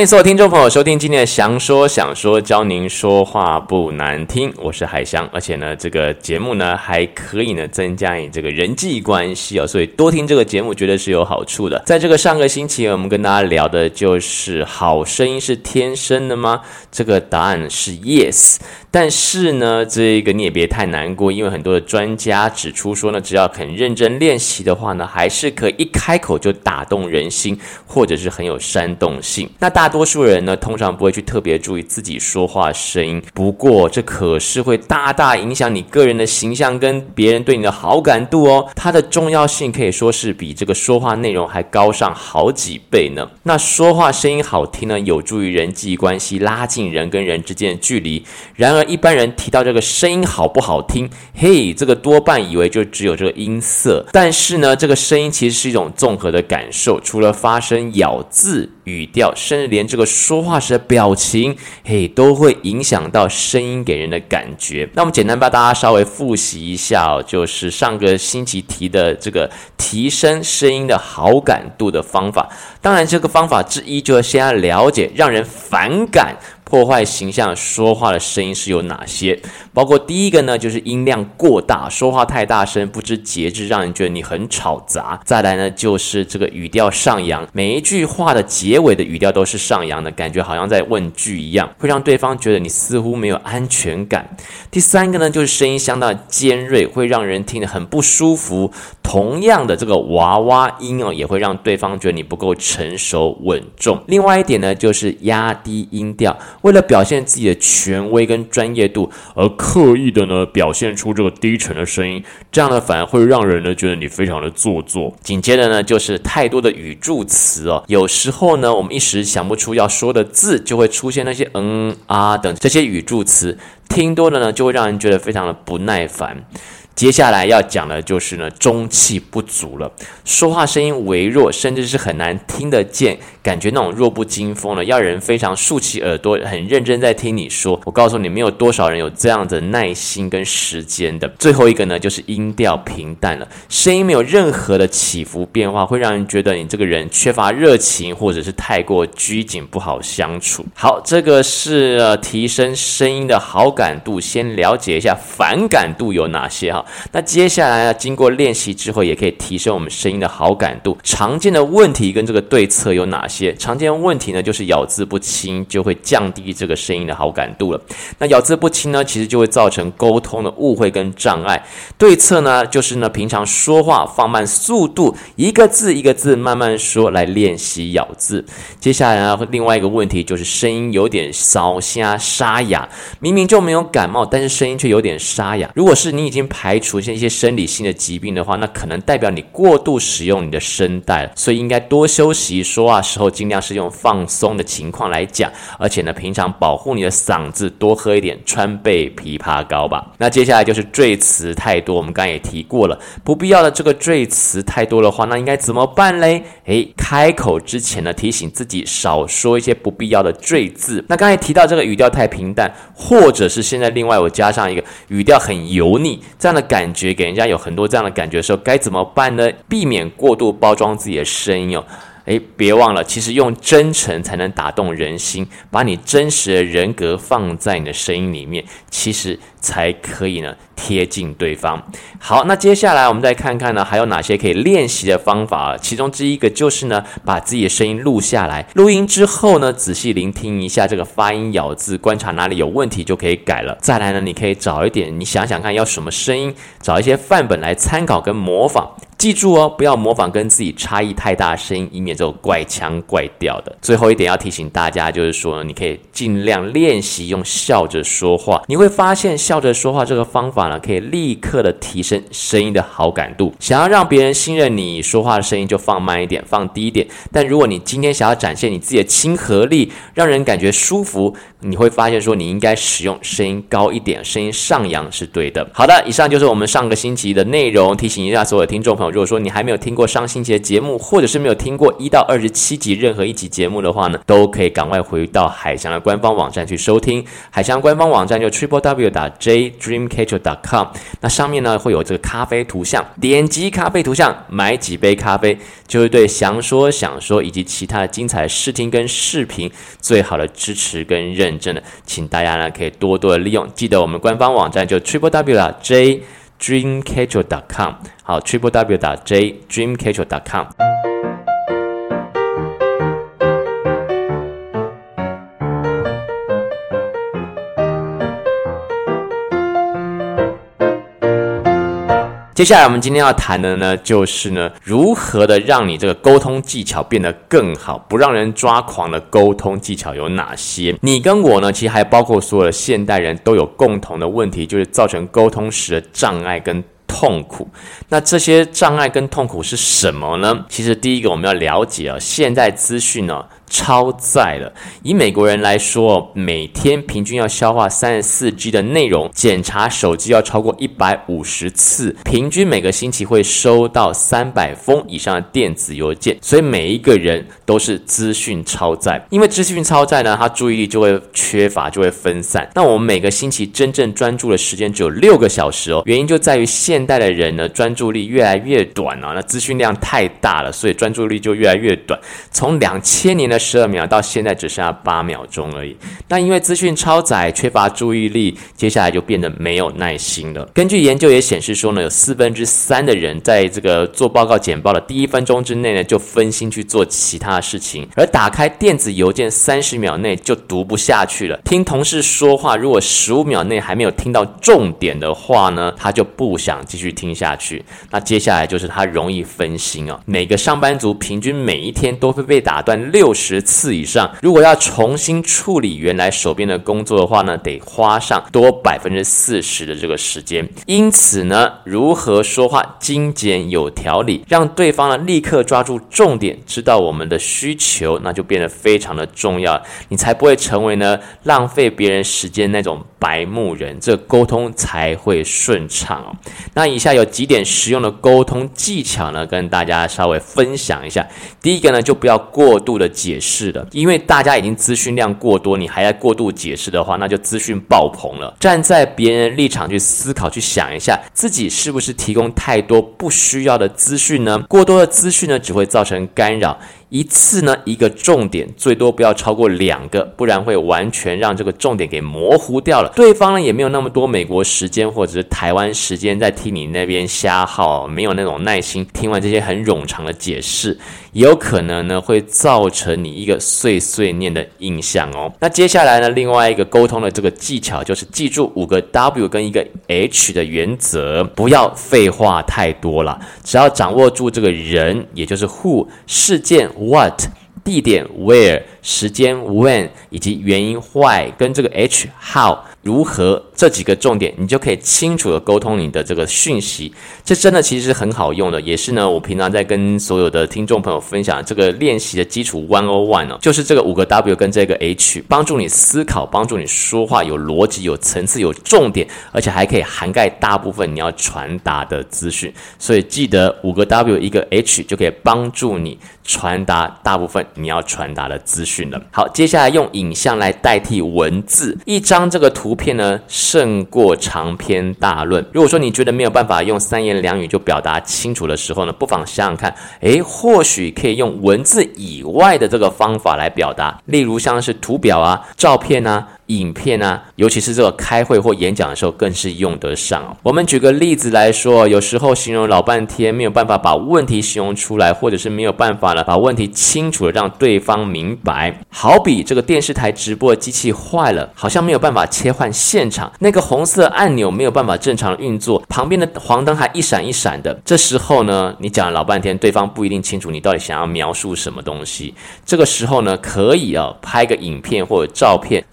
迎所有听众朋友收听今天的详说想说，教您说话不难听。我是海翔，而且呢，这个节目呢还可以呢增加你这个人际关系哦，所以多听这个节目绝对是有好处的。在这个上个星期，我们跟大家聊的就是好声音是天生的吗？这个答案是 yes。但是呢，这个你也别太难过，因为很多的专家指出说呢，只要肯认真练习的话呢，还是可以一开口就打动人心，或者是很有煽动性。那大多数人呢，通常不会去特别注意自己说话声音，不过这可是会大大影响你个人的形象跟别人对你的好感度哦。它的重要性可以说是比这个说话内容还高上好几倍呢。那说话声音好听呢，有助于人际关系，拉近人跟人之间的距离。然而一般人提到这个声音好不好听，嘿，这个多半以为就只有这个音色，但是呢，这个声音其实是一种综合的感受，除了发声、咬字、语调，甚至连这个说话时的表情，嘿，都会影响到声音给人的感觉。那我们简单帮大家稍微复习一下哦，就是上个星期提的这个提升声音的好感度的方法。当然，这个方法之一就是先要了解让人反感、破坏形象说话的声音是有哪些，包括第一个呢，就是音量过大，说话太大声，不知节制，让人觉得你很吵杂。再来呢，就是这个语调上扬，每一句话的结尾的语调都是上扬的，感觉好像在问句一样，会让对方觉得你似乎没有安全感。第三个呢，就是声音相当尖锐，会让人听得很不舒服。同样的这个娃娃音哦，也会让对方觉得你不够成熟稳重。另外一点呢，就是压低音调，为了表现自己的权威跟专业度，而刻意的呢表现出这个低沉的声音，这样呢反而会让人呢觉得你非常的做作。紧接着呢，就是太多的语助词哦，有时候呢我们一时想不出要说的字，就会出现那些啊等这些语助词，听多了呢就会让人觉得非常的不耐烦。接下来要讲的就是呢，中气不足了，说话声音微弱，甚至是很难听得见，感觉那种弱不禁风了，要人非常竖起耳朵，很认真在听你说。我告诉你，没有多少人有这样的耐心跟时间的。最后一个呢，就是音调平淡了，声音没有任何的起伏变化，会让人觉得你这个人缺乏热情，或者是太过拘谨，不好相处。好，这个是提升声音的好感度，先了解一下反感度有哪些哈。那接下来呢，经过练习之后，也可以提升我们声音的好感度。常见的问题跟这个对策有哪些？常见的问题呢，就是咬字不清，就会降低这个声音的好感度了。那咬字不清呢，其实就会造成沟通的误会跟障碍。对策呢，就是呢，平常说话放慢速度，一个字一个字慢慢说，来练习咬字。接下来呢，另外一个问题就是声音有点烧瞎沙哑，明明就没有感冒，但是声音却有点沙哑。如果是你已经排除一些生理性的疾病的话，那可能代表你过度使用你的声带了，所以应该多休息，说话时候尽量是用放松的情况来讲，而且呢，平常保护你的嗓子，多喝一点川贝枇杷膏吧。那接下来就是赘词太多，我们刚才也提过了，不必要的这个赘词太多的话，那应该怎么办嘞？开口之前呢，提醒自己少说一些不必要的赘字。那刚才提到这个语调太平淡，或者是现在另外我加上一个语调很油腻，这样的感觉给人家有很多这样的感觉的时候，该怎么办呢？避免过度包装自己的声音哦。别忘了，其实用真诚才能打动人心，把你真实的人格放在你的声音里面，其实才可以呢贴近对方。好，那接下来我们再看看呢，还有哪些可以练习的方法。其中之一个就是呢，把自己的声音录下来，录音之后呢，仔细聆听一下这个发音咬字，观察哪里有问题就可以改了。再来呢，你可以找一点，你想想看要什么声音，找一些范本来参考跟模仿。记住哦，不要模仿跟自己差异太大的声音，以免这种怪腔怪调的。最后一点要提醒大家，就是说呢，你可以尽量练习用笑着说话，你会发现笑着说话这个方法呢，可以立刻的提升声音的好感度。想要让别人信任你说话的声音，就放慢一点，放低一点。但如果你今天想要展现你自己的亲和力，让人感觉舒服， 你会发现说你应该使用声音高一点，声音上扬是对的。好的，以上就是我们上个星期的内容。提醒一下所有听众朋友，如果说你还没有听过上星期的节目，或者是没有听过1到27集任何一集节目的话呢，都可以赶快回到海翔的官方网站去收听。海翔官方网站就 www.jdreamcatcher.com， 那上面呢会有这个咖啡图像，点击咖啡图像买几杯咖啡，就会对想说想说以及其他的精彩的视听跟视频最好的支持跟认证的，请大家呢可以多多的利用。记得我们官方网站就 www.jdreamcatcher.com， 好 www.jdreamcatcher.com。接下来我们今天要谈的呢，就是呢，如何的让你这个沟通技巧变得更好，不让人抓狂的沟通技巧有哪些？你跟我呢，其实还包括所有的现代人都有共同的问题，就是造成沟通时的障碍跟痛苦。那这些障碍跟痛苦是什么呢？其实第一个我们要了解现在资讯呢超载了。以美国人来说，每天平均要消化34G 的内容，检查手机要超过150次，平均每个星期会收到300封以上的电子邮件，所以每一个人都是资讯超载。因为资讯超载呢，他注意力就会缺乏，就会分散。那我们每个星期真正专注的时间只有6个小时原因就在于现代的人呢，专注力越来越短那资讯量太大了，所以专注力就越来越短。从2000年的12秒到现在只剩下8秒钟而已。那因为资讯超载，缺乏注意力，接下来就变得没有耐心了。根据研究也显示说呢，有3%的人在这个做报告简报的第1分钟之内呢，就分心去做其他的事情，而打开电子邮件30秒内就读不下去了。听同事说话，如果15秒内还没有听到重点的话呢，他就不想继续听下去。那接下来就是他容易分心每个上班族平均每一天都会被打断60次以上。如果要重新处理原来手边的工作的话呢，得花上多40%的这个时间。因此呢，如何说话精简有条理，让对方呢立刻抓住重点，知道我们的需求，那就变得非常的重要。你才不会成为呢浪费别人时间那种白目人，这沟通才会顺畅那以下有几点实用的沟通技巧呢，跟大家稍微分享一下。第一个呢，就不要过度的解释了，因为大家已经资讯量过多，你还在过度解释的话，那就资讯爆棚了。站在别人的立场去思考，去想一下自己是不是提供太多不需要的资讯呢？过多的资讯呢，只会造成干扰。一次呢一个重点，最多不要超过2个，不然会完全让这个重点给模糊掉了。对方呢也没有那么多美国时间或者是台湾时间在听你那边瞎耗，没有那种耐心听完这些很冗长的解释，也有可能呢会造成你一个碎碎念的印象那接下来呢，另外一个沟通的这个技巧就是记住5个 W 跟1个 H 的原则，不要废话太多了，只要掌握住这个人，也就是 who， 事件what， 地点 where， 时间 when， 以及原因 why， 跟这个 H how， 如何，这几个重点你就可以清楚的沟通你的这个讯息。这真的其实是很好用的，也是呢我平常在跟所有的听众朋友分享这个练习的基础101就是这个5个 W 跟这个 H， 帮助你思考，帮助你说话有逻辑，有层次，有重点，而且还可以涵盖大部分你要传达的资讯。所以记得5个 W 1个 H 就可以帮助你传达大部分你要传达的资讯了。好，接下来用影像来代替文字，一张这个图片呢胜过长篇大论。如果说你觉得没有办法用3言2语就表达清楚的时候呢，不妨想想看，或许可以用文字以外的这个方法来表达，例如像是图表照片影片尤其是这个开会或演讲的时候更是用得上我们举个例子来说，有时候形容老半天没有办法把问题形容出来，或者是没有办法呢把问题清楚的让对方明白。好比这个电视台直播的机器坏了，好像没有办法切换现场，那个红色按钮没有办法正常运作，旁边的黄灯还一闪一闪的。这时候呢，你讲了老半天，对方不一定清楚你到底想要描述什么东西。这个时候呢，可以拍个影片或者照片传达给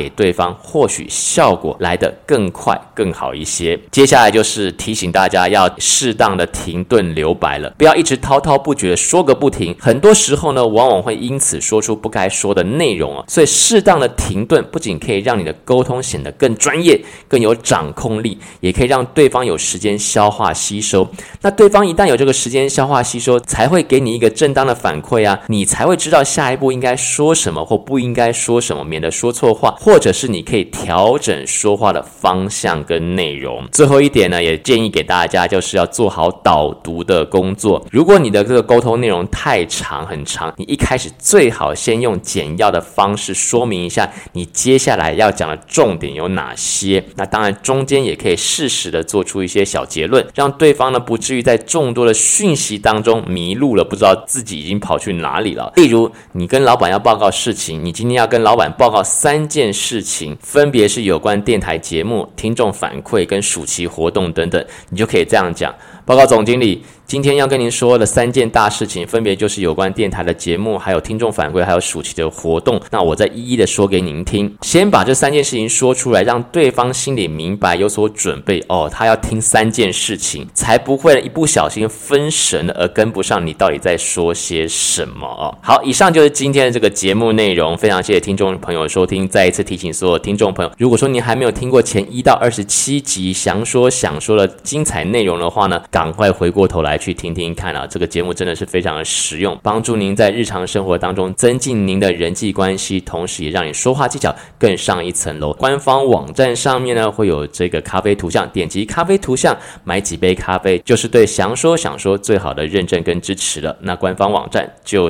给对方，或许效果来得更快更好一些。接下来就是提醒大家要适当的停顿留白了，不要一直滔滔不绝说个不停，很多时候呢往往会因此说出不该说的内容哦。所以适当的停顿不仅可以让你的沟通显得更专业更有掌控力，也可以让对方有时间消化吸收。那对方一旦有这个时间消化吸收，才会给你一个正当的反馈啊，你才会知道下一步应该说什么或不应该说什么，免得说错话，或者是你可以调整说话的方向跟内容。最后一点呢，也建议给大家就是要做好导读的工作。如果你的这个沟通内容太长很长，你一开始最好先用简要的方式说明一下你接下来要讲的重点有哪些。那当然中间也可以适时的做出一些小结论，让对方呢不至于在众多的讯息当中迷路了，不知道自己已经跑去哪里了。例如你跟老板要报告事情，你今天要跟老板报告3件事情，分别是有关电台节目、听众反馈跟暑期活动等等，你就可以这样讲：报告总经理，今天要跟您说的3件大事情，分别就是有关电台的节目，还有听众反馈，还有暑期的活动。那我再一一的说给您听。先把这3件事情说出来，让对方心里明白，有所准备哦。他要听3件事情，才不会一不小心分神了，而跟不上你到底在说些什么哦。好，以上就是今天的这个节目内容，非常谢谢听众朋友收听。再一次提醒所有听众朋友，如果说您还没有听过前1到27集详说想说的精彩内容的话呢，赶快回过头来去听听看啊，这个节目真的是非常的实用，帮助您在日常生活当中增进您的人际关系，同时也让你说话技巧更上一层楼。官方网站上面呢会有这个咖啡图像，点击咖啡图像买几杯咖啡，就是对想说想说最好的认证跟支持了。那官方网站就是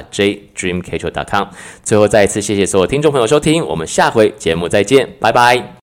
www.jdreamcatcher.com。最后再一次谢谢所有听众朋友收听，我们下回节目再见，拜拜。